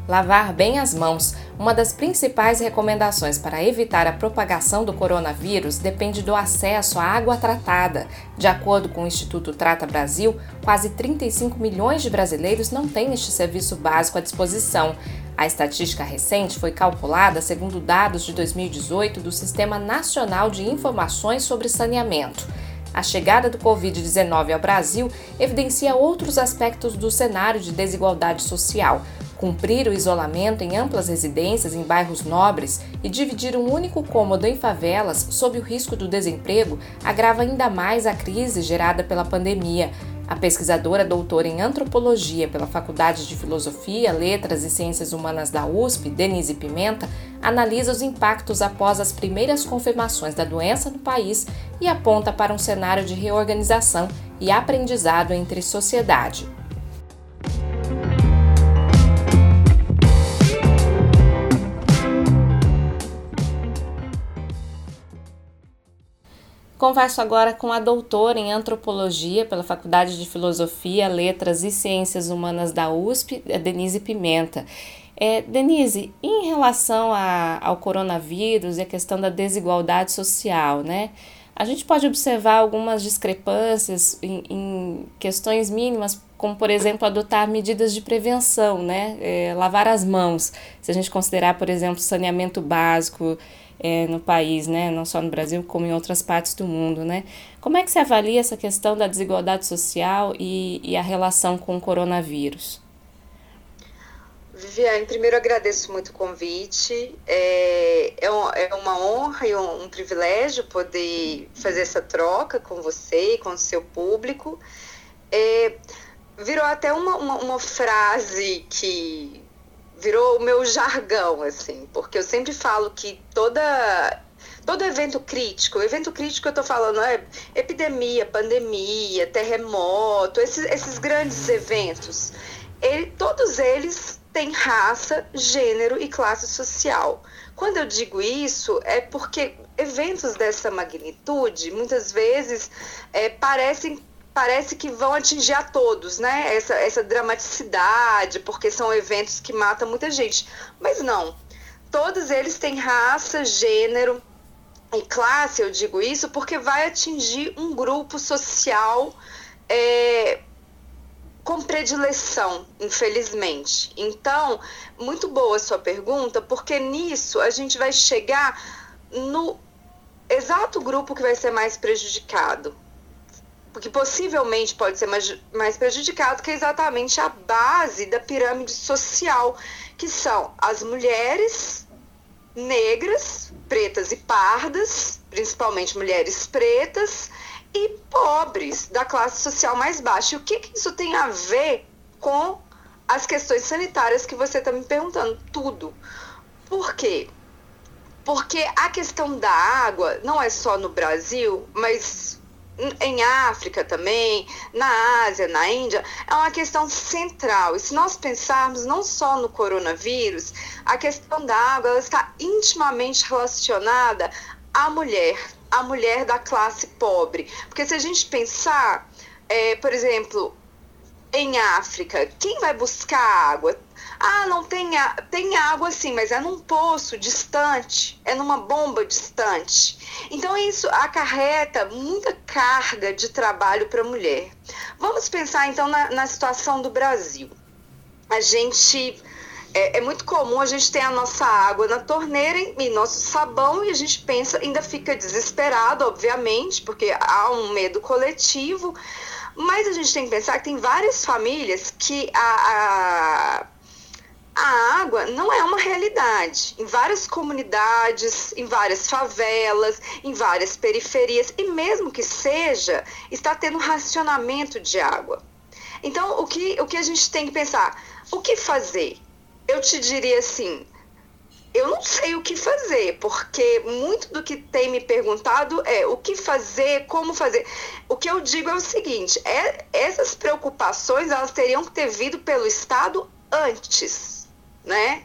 Lavar bem as mãos. Uma das principais recomendações para evitar a propagação do coronavírus depende do acesso à água tratada. De acordo com o Instituto Trata Brasil, quase 35 milhões de brasileiros não têm este serviço básico à disposição. A estatística recente foi calculada segundo dados de 2018 do Sistema Nacional de Informações sobre Saneamento. A chegada do Covid-19 ao Brasil evidencia outros aspectos do cenário de desigualdade social. Cumprir o isolamento em amplas residências em bairros nobres e dividir um único cômodo em favelas sob o risco do desemprego agrava ainda mais a crise gerada pela pandemia. A pesquisadora doutora em antropologia pela Faculdade de Filosofia, Letras e Ciências Humanas da USP, Denise Pimenta, analisa os impactos após as primeiras confirmações da doença no país e aponta para um cenário de reorganização e aprendizado entre sociedade. Converso agora com a doutora em Antropologia pela Faculdade de Filosofia, Letras e Ciências Humanas da USP, Denise Pimenta. Denise, em relação ao coronavírus e a questão da desigualdade social, né? A gente pode observar algumas discrepâncias em questões mínimas, como, por exemplo, adotar medidas de prevenção, né? Lavar as mãos. Se a gente considerar, por exemplo, saneamento básico no país, né? Não só no Brasil, como em outras partes do mundo, né? Como é que se avalia essa questão da desigualdade social e a relação com o coronavírus? Viviane, primeiro agradeço muito o convite. É uma honra e um privilégio poder fazer essa troca com você e com o seu público. Virou até uma frase que virou o meu jargão, assim, porque eu sempre falo que todo evento crítico eu estou falando epidemia, pandemia, terremoto, esses grandes eventos, todos eles têm raça, gênero e classe social. Quando eu digo isso, é porque eventos dessa magnitude, muitas vezes, parece que vão atingir a todos, né? Essa dramaticidade, porque são eventos que matam muita gente. Mas não, todos eles têm raça, gênero e classe, eu digo isso, porque vai atingir um grupo social com predileção, infelizmente. Então, muito boa a sua pergunta, porque nisso a gente vai chegar no exato grupo que vai ser mais prejudicado. Porque possivelmente pode ser mais prejudicado, que é exatamente a base da pirâmide social, que são as mulheres negras, pretas e pardas, principalmente mulheres pretas, e pobres, da classe social mais baixa. E o que isso tem a ver com as questões sanitárias que você está me perguntando? Tudo. Por quê? Porque a questão da água não é só no Brasil, mas em África também, na Ásia, na Índia, é uma questão central. E se nós pensarmos não só no coronavírus, a questão da água ela está intimamente relacionada à mulher da classe pobre. Porque se a gente pensar, por exemplo, em África, quem vai buscar água? Não tem água sim, mas é num poço distante, é numa bomba distante. Então isso acarreta muita carga de trabalho para a mulher. Vamos pensar então na situação do Brasil. A gente é muito comum a gente ter a nossa água na torneira e nosso sabão, e a gente pensa, ainda fica desesperado, obviamente, porque há um medo coletivo, mas a gente tem que pensar que tem várias famílias que a água não é uma realidade. Em várias comunidades, em várias favelas, em várias periferias, e mesmo que seja, está tendo racionamento de água. Então, o que a gente tem que pensar? O que fazer? Eu te diria assim, eu não sei o que fazer, porque muito do que tem me perguntado é o que fazer, como fazer. O que eu digo é o seguinte, essas preocupações, elas teriam que ter vindo pelo Estado antes, né?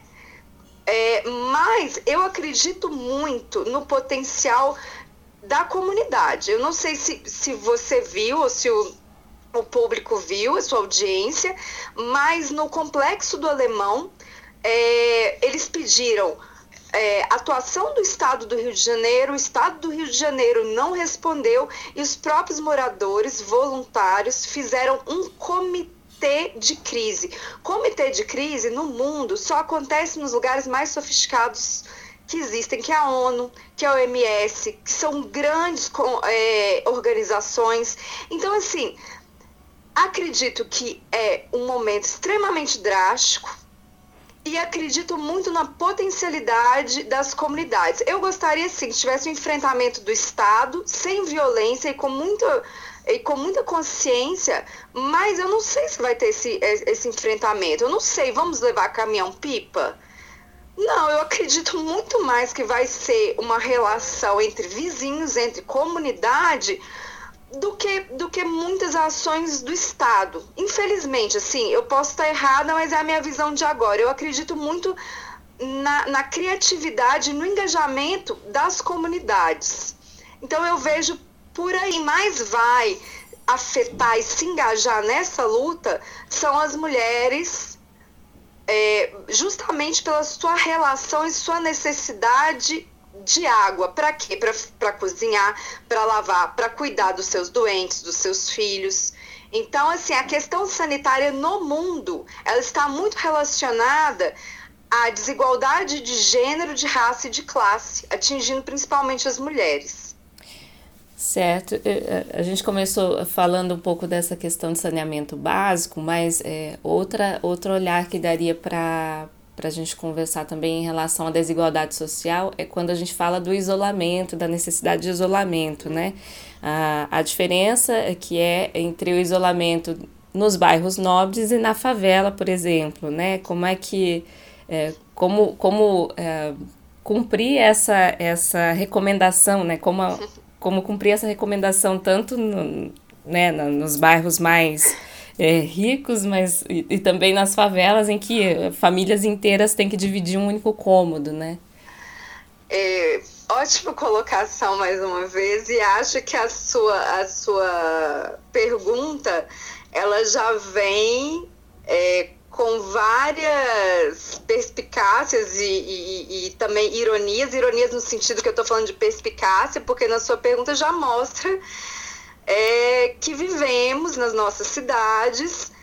Mas eu acredito muito no potencial da comunidade. Eu não sei se você viu ou se o público viu, a sua audiência, mas no Complexo do Alemão eles pediram atuação do Estado do Rio de Janeiro, o Estado do Rio de Janeiro não respondeu e os próprios moradores voluntários fizeram um comitê de crise. Comitê de crise no mundo só acontece nos lugares mais sofisticados que existem, que é a ONU, que é a OMS, que são grandes organizações. Então, assim, acredito que é um momento extremamente drástico e acredito muito na potencialidade das comunidades. Eu gostaria, sim, que tivesse um enfrentamento do Estado, sem violência e com muita consciência, mas eu não sei se vai ter esse enfrentamento. Eu não sei, vamos levar caminhão-pipa? Não, eu acredito muito mais que vai ser uma relação entre vizinhos, entre comunidade, do que muitas ações do Estado. Infelizmente, assim, eu posso estar errada, mas é a minha visão de agora. Eu acredito muito na criatividade, no engajamento das comunidades. Então, eu vejo por aí, mais vai afetar e se engajar nessa luta são as mulheres, justamente pela sua relação e sua necessidade de água. Para quê? Para cozinhar, para lavar, para cuidar dos seus doentes, dos seus filhos. Então, assim, a questão sanitária no mundo, ela está muito relacionada à desigualdade de gênero, de raça e de classe, atingindo principalmente as mulheres. Certo, a gente começou falando um pouco dessa questão de saneamento básico, mas outro olhar que daria para a gente conversar também em relação à desigualdade social é quando a gente fala do isolamento, da necessidade de isolamento, né? A diferença que é entre o isolamento nos bairros nobres e na favela, por exemplo, né? Como é que como cumprir essa recomendação, né? Como cumprir essa recomendação tanto nos bairros mais ricos, mas e também nas favelas, em que famílias inteiras têm que dividir um único cômodo, né? Ótima colocação mais uma vez, e acho que a sua pergunta, ela já vem com várias perspicácias e também ironias no sentido que eu estou falando de perspicácia, porque na sua pergunta já mostra que vivemos nas nossas cidades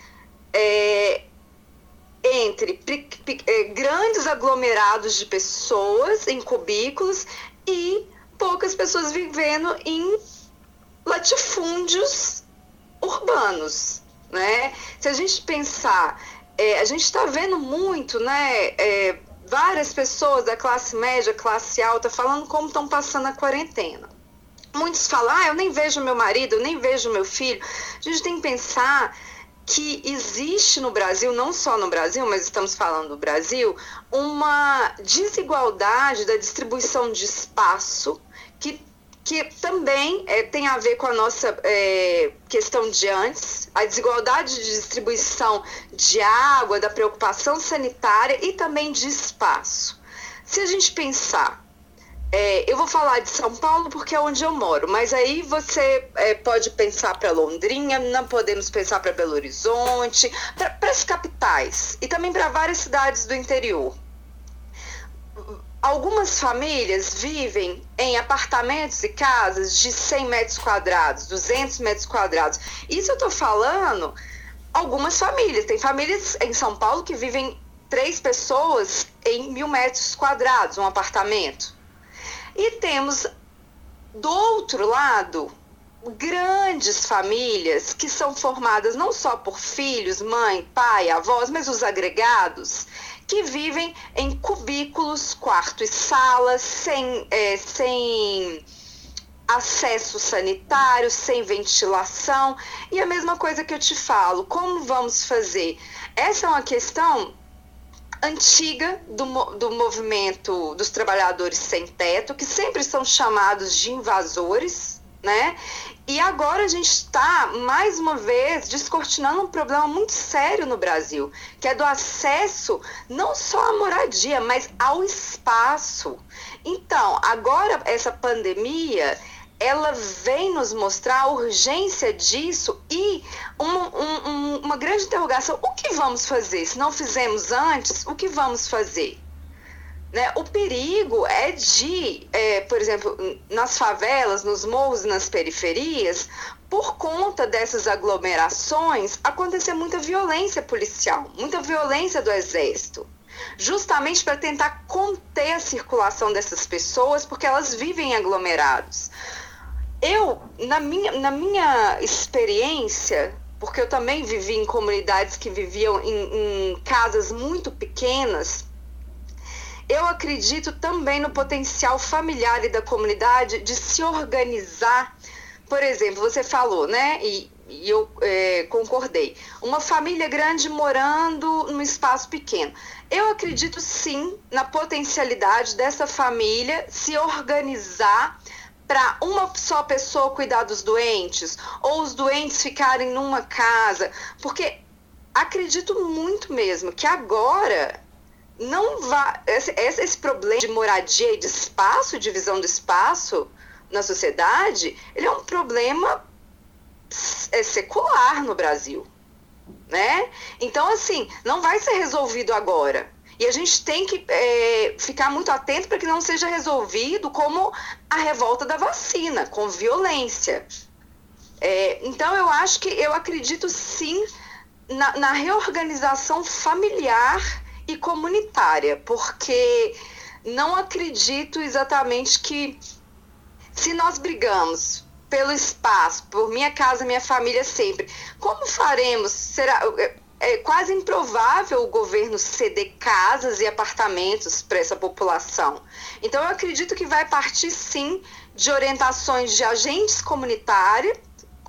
entre grandes aglomerados de pessoas em cubículos e poucas pessoas vivendo em latifúndios urbanos, né? Se a gente pensar, a gente está vendo muito, né, várias pessoas da classe média, classe alta, falando como estão passando a quarentena. Muitos falam, eu nem vejo meu marido, eu nem vejo meu filho. A gente tem que pensar que existe no Brasil, não só no Brasil, mas estamos falando do Brasil, uma desigualdade da distribuição de espaço que também tem a ver com a nossa questão de antes, a desigualdade de distribuição de água, da preocupação sanitária e também de espaço. Se a gente pensar, eu vou falar de São Paulo porque é onde eu moro, mas aí você pode pensar para Londrina, não podemos pensar para Belo Horizonte, para as capitais e também para várias cidades do interior. Algumas famílias vivem em apartamentos e casas de 100 metros quadrados, 200 metros quadrados. Isso eu estou falando algumas famílias. Tem famílias em São Paulo que vivem 3 pessoas em 1.000 metros quadrados, um apartamento. E temos, do outro lado, grandes famílias que são formadas não só por filhos, mãe, pai, avós, mas os agregados, que vivem em cubículos, quarto e sala, sem acesso sanitário, sem ventilação. E a mesma coisa que eu te falo, como vamos fazer? Essa é uma questão antiga do movimento dos trabalhadores sem teto, que sempre são chamados de invasores, né? E agora a gente está, mais uma vez, descortinando um problema muito sério no Brasil, que é do acesso não só à moradia, mas ao espaço. Então, agora essa pandemia, ela vem nos mostrar a urgência disso e uma grande interrogação. O que vamos fazer? Se não fizemos antes, o que vamos fazer? Né? O perigo é de, por exemplo, nas favelas, nos morros, nas periferias, por conta dessas aglomerações, acontecer muita violência policial, muita violência do exército, justamente para tentar conter a circulação dessas pessoas, porque elas vivem em aglomerados. Eu, na minha experiência, porque eu também vivi em comunidades que viviam em casas muito pequenas, eu acredito também no potencial familiar e da comunidade de se organizar. Por exemplo, você falou, né, e eu concordei, uma família grande morando num espaço pequeno. Eu acredito sim na potencialidade dessa família se organizar para uma só pessoa cuidar dos doentes, ou os doentes ficarem numa casa, porque acredito muito mesmo que agora não vai, esse problema de moradia e de espaço, divisão do espaço na sociedade, ele é um problema secular no Brasil, né? Então, assim, não vai ser resolvido agora. E a gente tem que ficar muito atento para que não seja resolvido como a revolta da vacina, com violência. Então, eu acredito sim na reorganização familiar e comunitária, porque não acredito exatamente que se nós brigamos pelo espaço, por minha casa, minha família sempre, como faremos? É quase improvável o governo ceder casas e apartamentos para essa população. Então, eu acredito que vai partir, sim, de orientações de agentes comunitários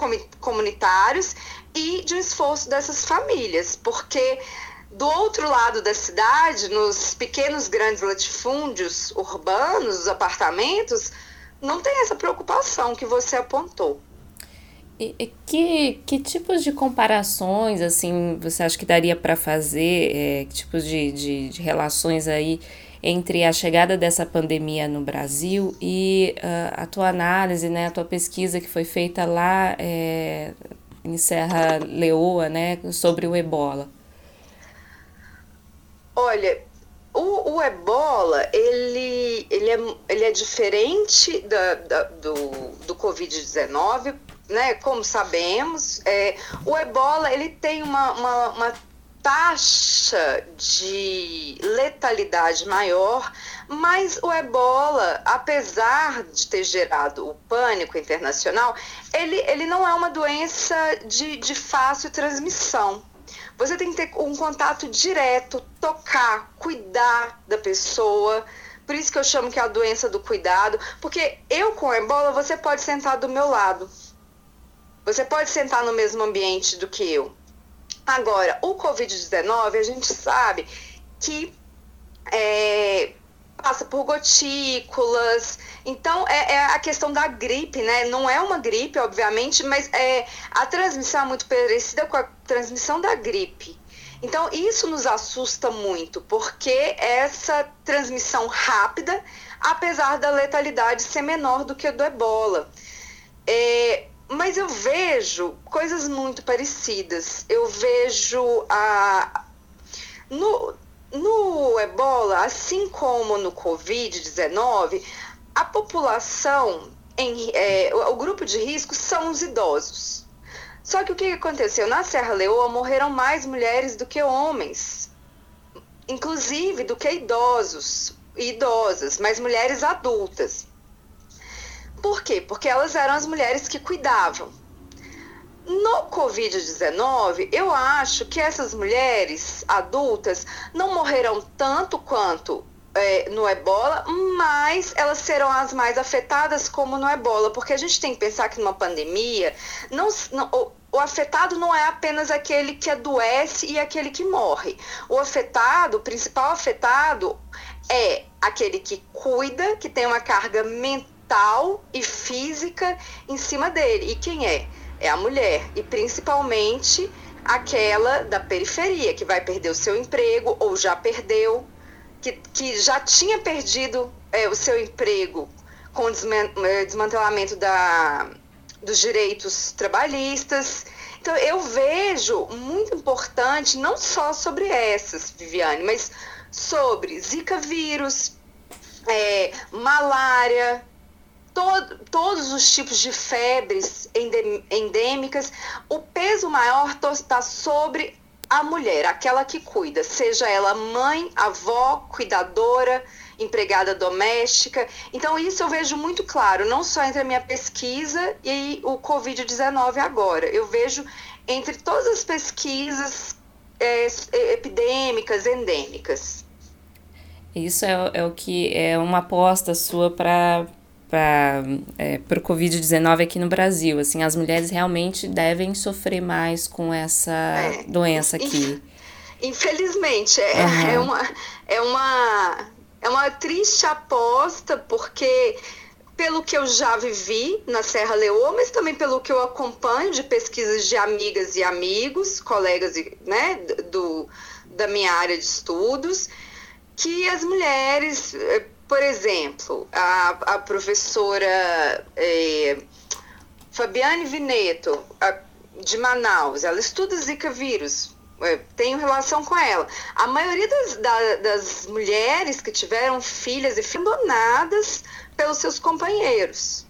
e de um esforço dessas famílias, porque do outro lado da cidade, nos pequenos grandes latifúndios urbanos, os apartamentos, não tem essa preocupação que você apontou. E que tipos de comparações, assim, você acha que daria para fazer, que tipos de relações aí entre a chegada dessa pandemia no Brasil e a tua análise, né, a tua pesquisa que foi feita lá em Serra Leoa, né, sobre o ebola? Olha, o ebola, ele é diferente do Covid-19, né? Como sabemos, o ebola ele tem uma taxa de letalidade maior, mas o ebola, apesar de ter gerado o pânico internacional, ele não é uma doença de fácil transmissão. Você tem que ter um contato direto, tocar, cuidar da pessoa. Por isso que eu chamo que é a doença do cuidado, porque eu com ebola, você pode sentar do meu lado. Você pode sentar no mesmo ambiente do que eu. Agora, o Covid-19, a gente sabe que passa por gotículas. Então, é a questão da gripe, né? Não é uma gripe, obviamente, mas a transmissão é muito parecida com a transmissão da gripe. Então, isso nos assusta muito, porque essa transmissão rápida, apesar da letalidade ser menor do que a do ebola. Mas eu vejo coisas muito parecidas. Eu vejo no ebola, assim como no Covid-19, a população, o grupo de risco são os idosos. Só que o que aconteceu? Na Serra Leoa morreram mais mulheres do que homens, inclusive do que idosos e idosas, mas mulheres adultas. Por quê? Porque elas eram as mulheres que cuidavam. No Covid-19, eu acho que essas mulheres adultas não morreram tanto quanto no ebola, mas elas serão as mais afetadas como no ebola, porque a gente tem que pensar que numa pandemia, o afetado não é apenas aquele que adoece e aquele que morre. O principal afetado é aquele que cuida, que tem uma carga mental e física em cima dele. E quem é? É a mulher, e principalmente aquela da periferia, que vai perder o seu emprego ou já perdeu, que já tinha perdido o seu emprego com o desmantelamento dos direitos trabalhistas. Então, eu vejo muito importante, não só sobre essas, Viviane, mas sobre Zika vírus, malária, todos os tipos de febres endêmicas. O peso maior está sobre a mulher, aquela que cuida, seja ela mãe, avó, cuidadora, empregada doméstica. Então, isso eu vejo muito claro, não só entre a minha pesquisa e o Covid-19 agora. Eu vejo entre todas as pesquisas epidêmicas, endêmicas. Isso é o que é uma aposta sua para o Covid-19 aqui no Brasil. Assim, as mulheres realmente devem sofrer mais com essa doença aqui. Infelizmente, é uma triste aposta, porque pelo que eu já vivi na Serra Leoa, mas também pelo que eu acompanho de pesquisas de amigas e amigos, colegas, né, da minha área de estudos, que as mulheres, por exemplo, a professora Fabiane Vineto, de Manaus, ela estuda Zika vírus, tenho relação com ela. A maioria das mulheres que tiveram filhas e filhas abandonadas pelos seus companheiros.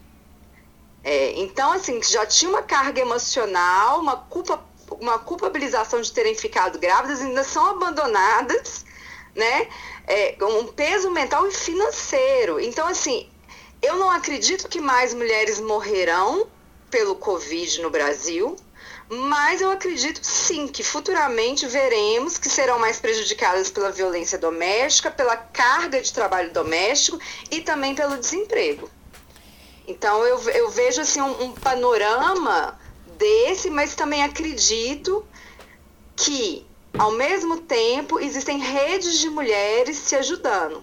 Então, assim, já tinha uma carga emocional, uma culpabilização de terem ficado grávidas, ainda são abandonadas, né? Um peso mental e financeiro. Então, assim, eu não acredito que mais mulheres morrerão pelo Covid no Brasil, mas eu acredito sim que futuramente veremos que serão mais prejudicadas pela violência doméstica, pela carga de trabalho doméstico e também pelo desemprego. Então eu vejo assim um panorama desse, mas também acredito que, ao mesmo tempo, existem redes de mulheres se ajudando.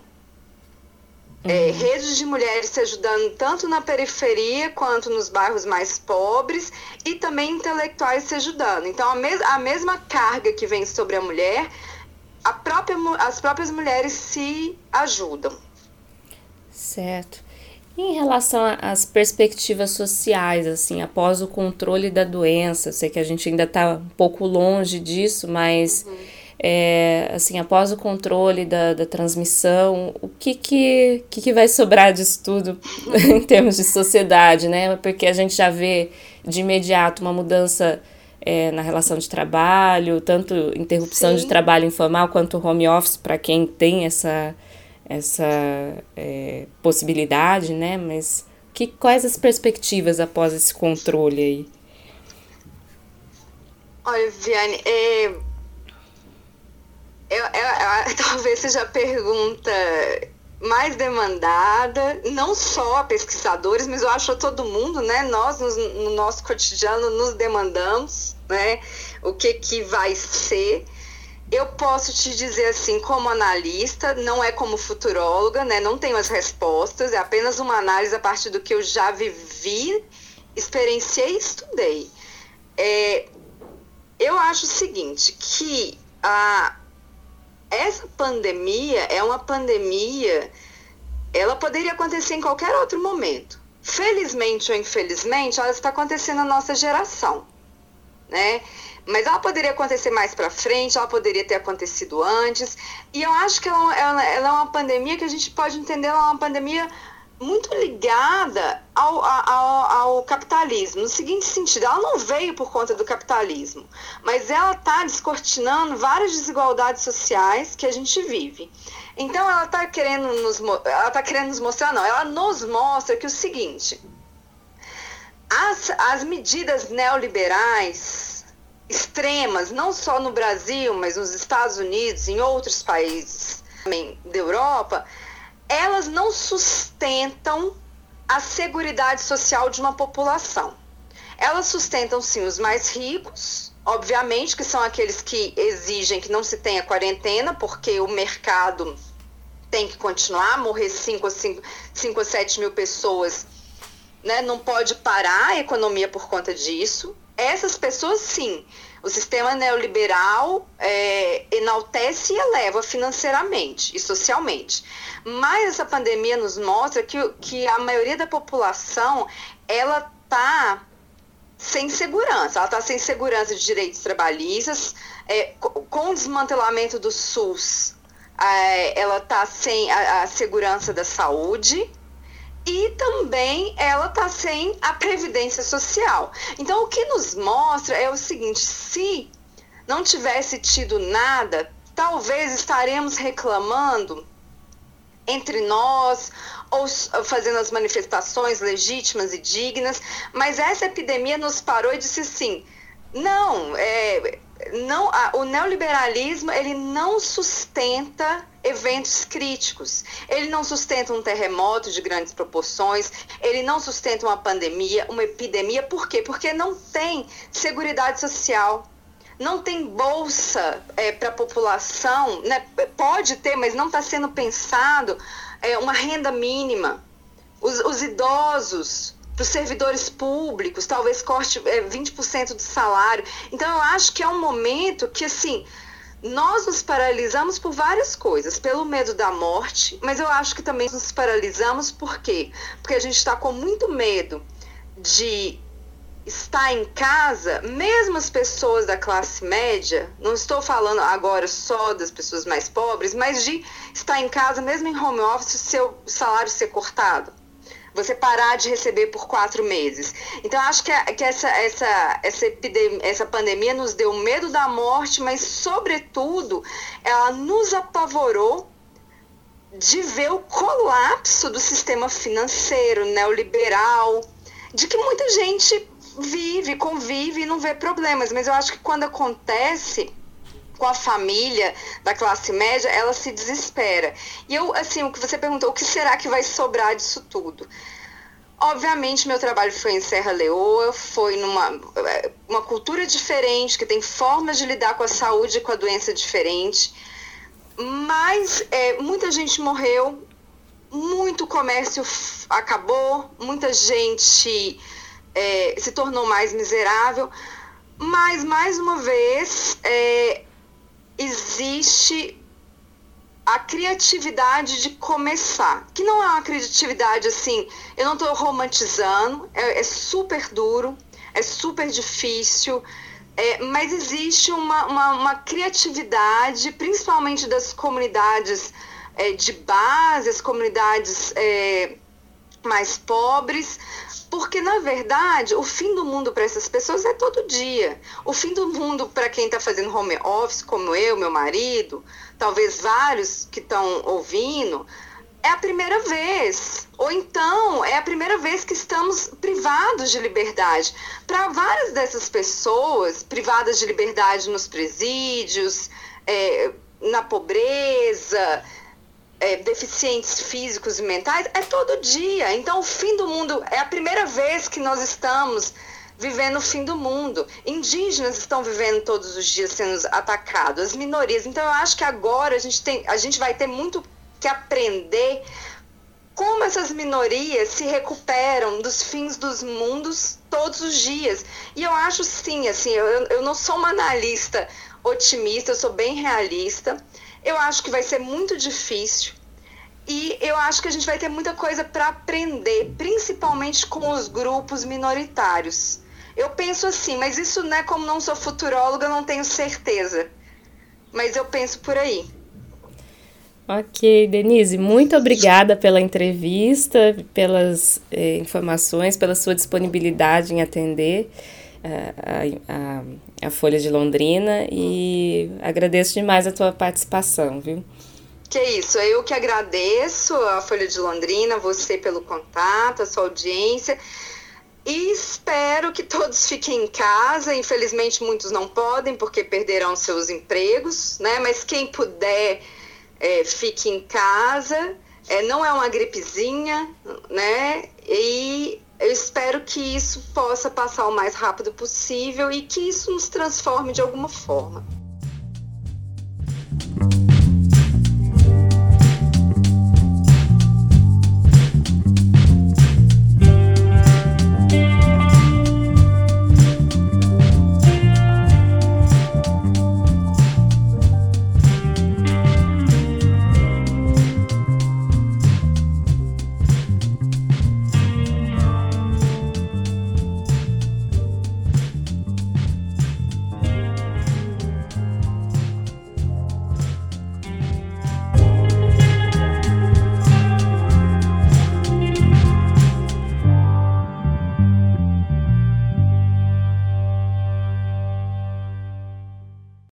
Redes de mulheres se ajudando tanto na periferia quanto nos bairros mais pobres, e também intelectuais se ajudando. Então, a mesma carga que vem sobre a mulher, as próprias mulheres se ajudam. Certo. E em relação às perspectivas sociais, assim, após o controle da doença, eu sei que a gente ainda está um pouco longe disso, mas... assim, após o controle da transmissão, o que vai sobrar disso tudo em termos de sociedade, né? Porque a gente já vê de imediato uma mudança na relação de trabalho, tanto interrupção de trabalho informal quanto home office para quem tem essa possibilidade, né? Mas quais as perspectivas após esse controle aí? Olha, Viviane, talvez seja a pergunta mais demandada, não só a pesquisadores, mas eu acho a todo mundo, né? Nós, no nosso cotidiano, nos demandamos, né? O que vai ser. Eu posso te dizer assim, como analista, não é como futuróloga, né? Não tenho as respostas, é apenas uma análise a partir do que eu já vivi, experienciei e estudei. Eu acho o seguinte, que essa pandemia é uma pandemia, ela poderia acontecer em qualquer outro momento. Felizmente ou infelizmente, ela está acontecendo na nossa geração, né? Mas ela poderia acontecer mais para frente, ela poderia ter acontecido antes. E eu acho que ela é uma pandemia que a gente pode entender, ela é uma pandemia muito ligada ao capitalismo, no seguinte sentido, ela não veio por conta do capitalismo, mas ela está descortinando várias desigualdades sociais que a gente vive. Então ela está querendo nos mostrar, não, ela nos mostra que o seguinte, as medidas neoliberais extremas, não só no Brasil, mas nos Estados Unidos, em outros países também da Europa, elas não sustentam a seguridade social de uma população. Elas sustentam, sim, os mais ricos, obviamente, que são aqueles que exigem que não se tenha quarentena, porque o mercado tem que continuar, morrer 5 ou 7 mil pessoas, né? Não pode parar a economia por conta disso. Essas pessoas, sim, O sistema neoliberal enaltece e eleva financeiramente e socialmente. Mas essa pandemia nos mostra que a maioria da população, ela está sem segurança. Ela está sem segurança de direitos trabalhistas, com o desmantelamento do SUS, ela está sem a segurança da saúde, e também ela está sem a previdência social. Então, o que nos mostra é o seguinte: se não tivesse tido nada, talvez estaremos reclamando entre nós, ou fazendo as manifestações legítimas e dignas, mas essa epidemia nos parou e disse assim: não, o neoliberalismo, ele não sustenta eventos críticos, ele não sustenta um terremoto de grandes proporções, ele não sustenta uma pandemia, uma epidemia. Por quê? Porque não tem seguridade social, não tem bolsa para a população, né? Pode ter, mas não está sendo pensado uma renda mínima. Os idosos, para os servidores públicos, talvez corte 20% do salário. Então, eu acho que é um momento que, assim, nós nos paralisamos por várias coisas, pelo medo da morte, mas eu acho que também nos paralisamos por quê? Porque a gente está com muito medo de estar em casa, mesmo as pessoas da classe média, não estou falando agora só das pessoas mais pobres, mas de estar em casa, mesmo em home office, o seu salário ser cortado, você parar de receber por 4 meses. Então, acho que essa pandemia nos deu medo da morte, mas, sobretudo, ela nos apavorou de ver o colapso do sistema financeiro neoliberal, de que muita gente convive e não vê problemas. Mas eu acho que quando acontece com a família da classe média, ela se desespera. E eu, assim, o que você perguntou, o que será que vai sobrar disso tudo? Obviamente, meu trabalho foi em Serra Leoa, foi numa cultura diferente, que tem formas de lidar com a saúde e com a doença diferente, mas muita gente morreu, muito comércio acabou, muita gente se tornou mais miserável, mas, mais uma vez, existe a criatividade de começar, que não é uma criatividade assim, eu não estou romantizando, é super duro, é super difícil, mas existe uma criatividade, principalmente das comunidades de base, as comunidades mais pobres, porque, na verdade, o fim do mundo para essas pessoas é todo dia. O fim do mundo para quem está fazendo home office, como eu, meu marido, talvez vários que estão ouvindo, é a primeira vez. Ou então, é a primeira vez que estamos privados de liberdade. Para várias dessas pessoas, privadas de liberdade nos presídios, na pobreza, deficientes físicos e mentais, é todo dia. Então, o fim do mundo é a primeira vez que nós estamos vivendo o fim do mundo. Indígenas estão vivendo todos os dias sendo atacados, as minorias. Então, eu acho que agora a gente vai ter muito que aprender como essas minorias se recuperam dos fins dos mundos todos os dias. E eu acho, sim, assim, eu não sou uma analista otimista, eu sou bem realista. Eu acho que vai ser muito difícil e eu acho que a gente vai ter muita coisa para aprender, principalmente com os grupos minoritários. Eu penso assim, mas isso, né, como não sou futuróloga, eu não tenho certeza. Mas eu penso por aí. Ok, Denise, muito obrigada pela entrevista, pelas informações, pela sua disponibilidade em atender a Folha de Londrina, e agradeço demais a tua participação, viu? Que isso, eu que agradeço a Folha de Londrina, você pelo contato, a sua audiência, e espero que todos fiquem em casa. Infelizmente muitos não podem porque perderão seus empregos, né? Mas quem puder, fique em casa, não é uma gripezinha, né? E eu espero que isso possa passar o mais rápido possível e que isso nos transforme de alguma forma.